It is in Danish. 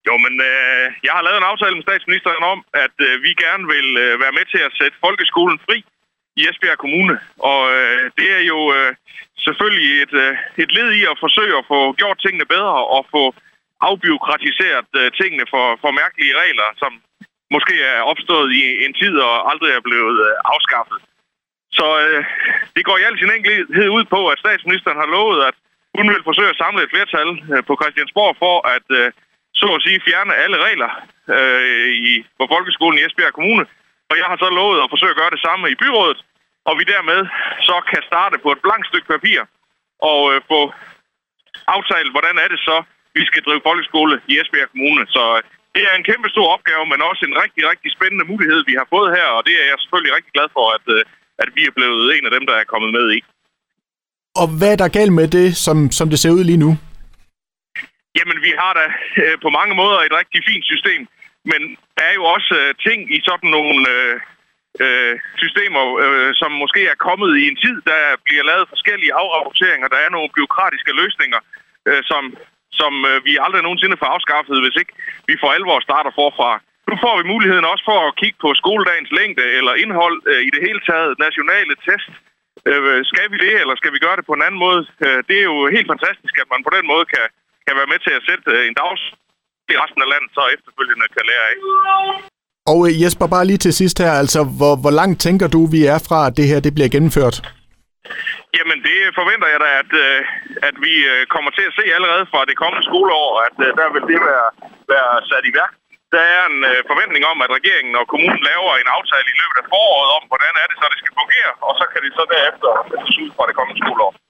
Jo, men jeg har lavet en aftale med statsministeren om, at vi gerne vil være med til at sætte folkeskolen fri i Esbjerg Kommune. Og det er jo selvfølgelig et led i at forsøge at få gjort tingene bedre og få afbureaukratiseret tingene for mærkelige regler, som måske er opstået i en tid og aldrig er blevet afskaffet. Så det går i al sin enkelhed ud på, at statsministeren har lovet, at hun vil forsøge at samle et flertal på Christiansborg for at så at sige fjerne alle regler på folkeskolen i Esbjerg Kommune. Og jeg har så lovet at forsøge at gøre det samme i byrådet, og vi dermed så kan starte på et blankt stykke papir og få aftalt, hvordan er det så, vi skal drive folkeskole i Esbjerg Kommune. Så det er en kæmpe stor opgave, men også en rigtig, rigtig spændende mulighed, vi har fået her, og det er jeg selvfølgelig rigtig glad for, at vi er blevet en af dem, der er kommet med i. Og hvad er der galt med det, som det ser ud lige nu? Jamen, vi har da på mange måder et rigtig fint system, men der er jo også ting i sådan nogle systemer, som måske er kommet i en tid, der bliver lavet forskellige afrapporteringer. Der er nogle bureaukratiske løsninger, som vi aldrig nogensinde får afskaffet, hvis ikke vi for alvor starter forfra. Nu får vi muligheden også for at kigge på skoledagens længde eller indhold i det hele taget, nationale test. Skal vi det, eller skal vi gøre det på en anden måde? Det er jo helt fantastisk, at man på den måde kan være med til at sætte en dagsorden i resten af landet, så efterfølgende kan lære af. Og Jesper, bare lige til sidst her, altså hvor langt tænker du, vi er fra, at det her det bliver gennemført? Jamen, det forventer jeg da, at vi kommer til at se allerede fra det kommende skoleår, at der vil det være sat i værk. Der er en forventning om, at regeringen og kommunen laver en aftale i løbet af foråret om, hvordan er det så, det skal fungere, og så kan det så derefter ud fra det kommende skoleår.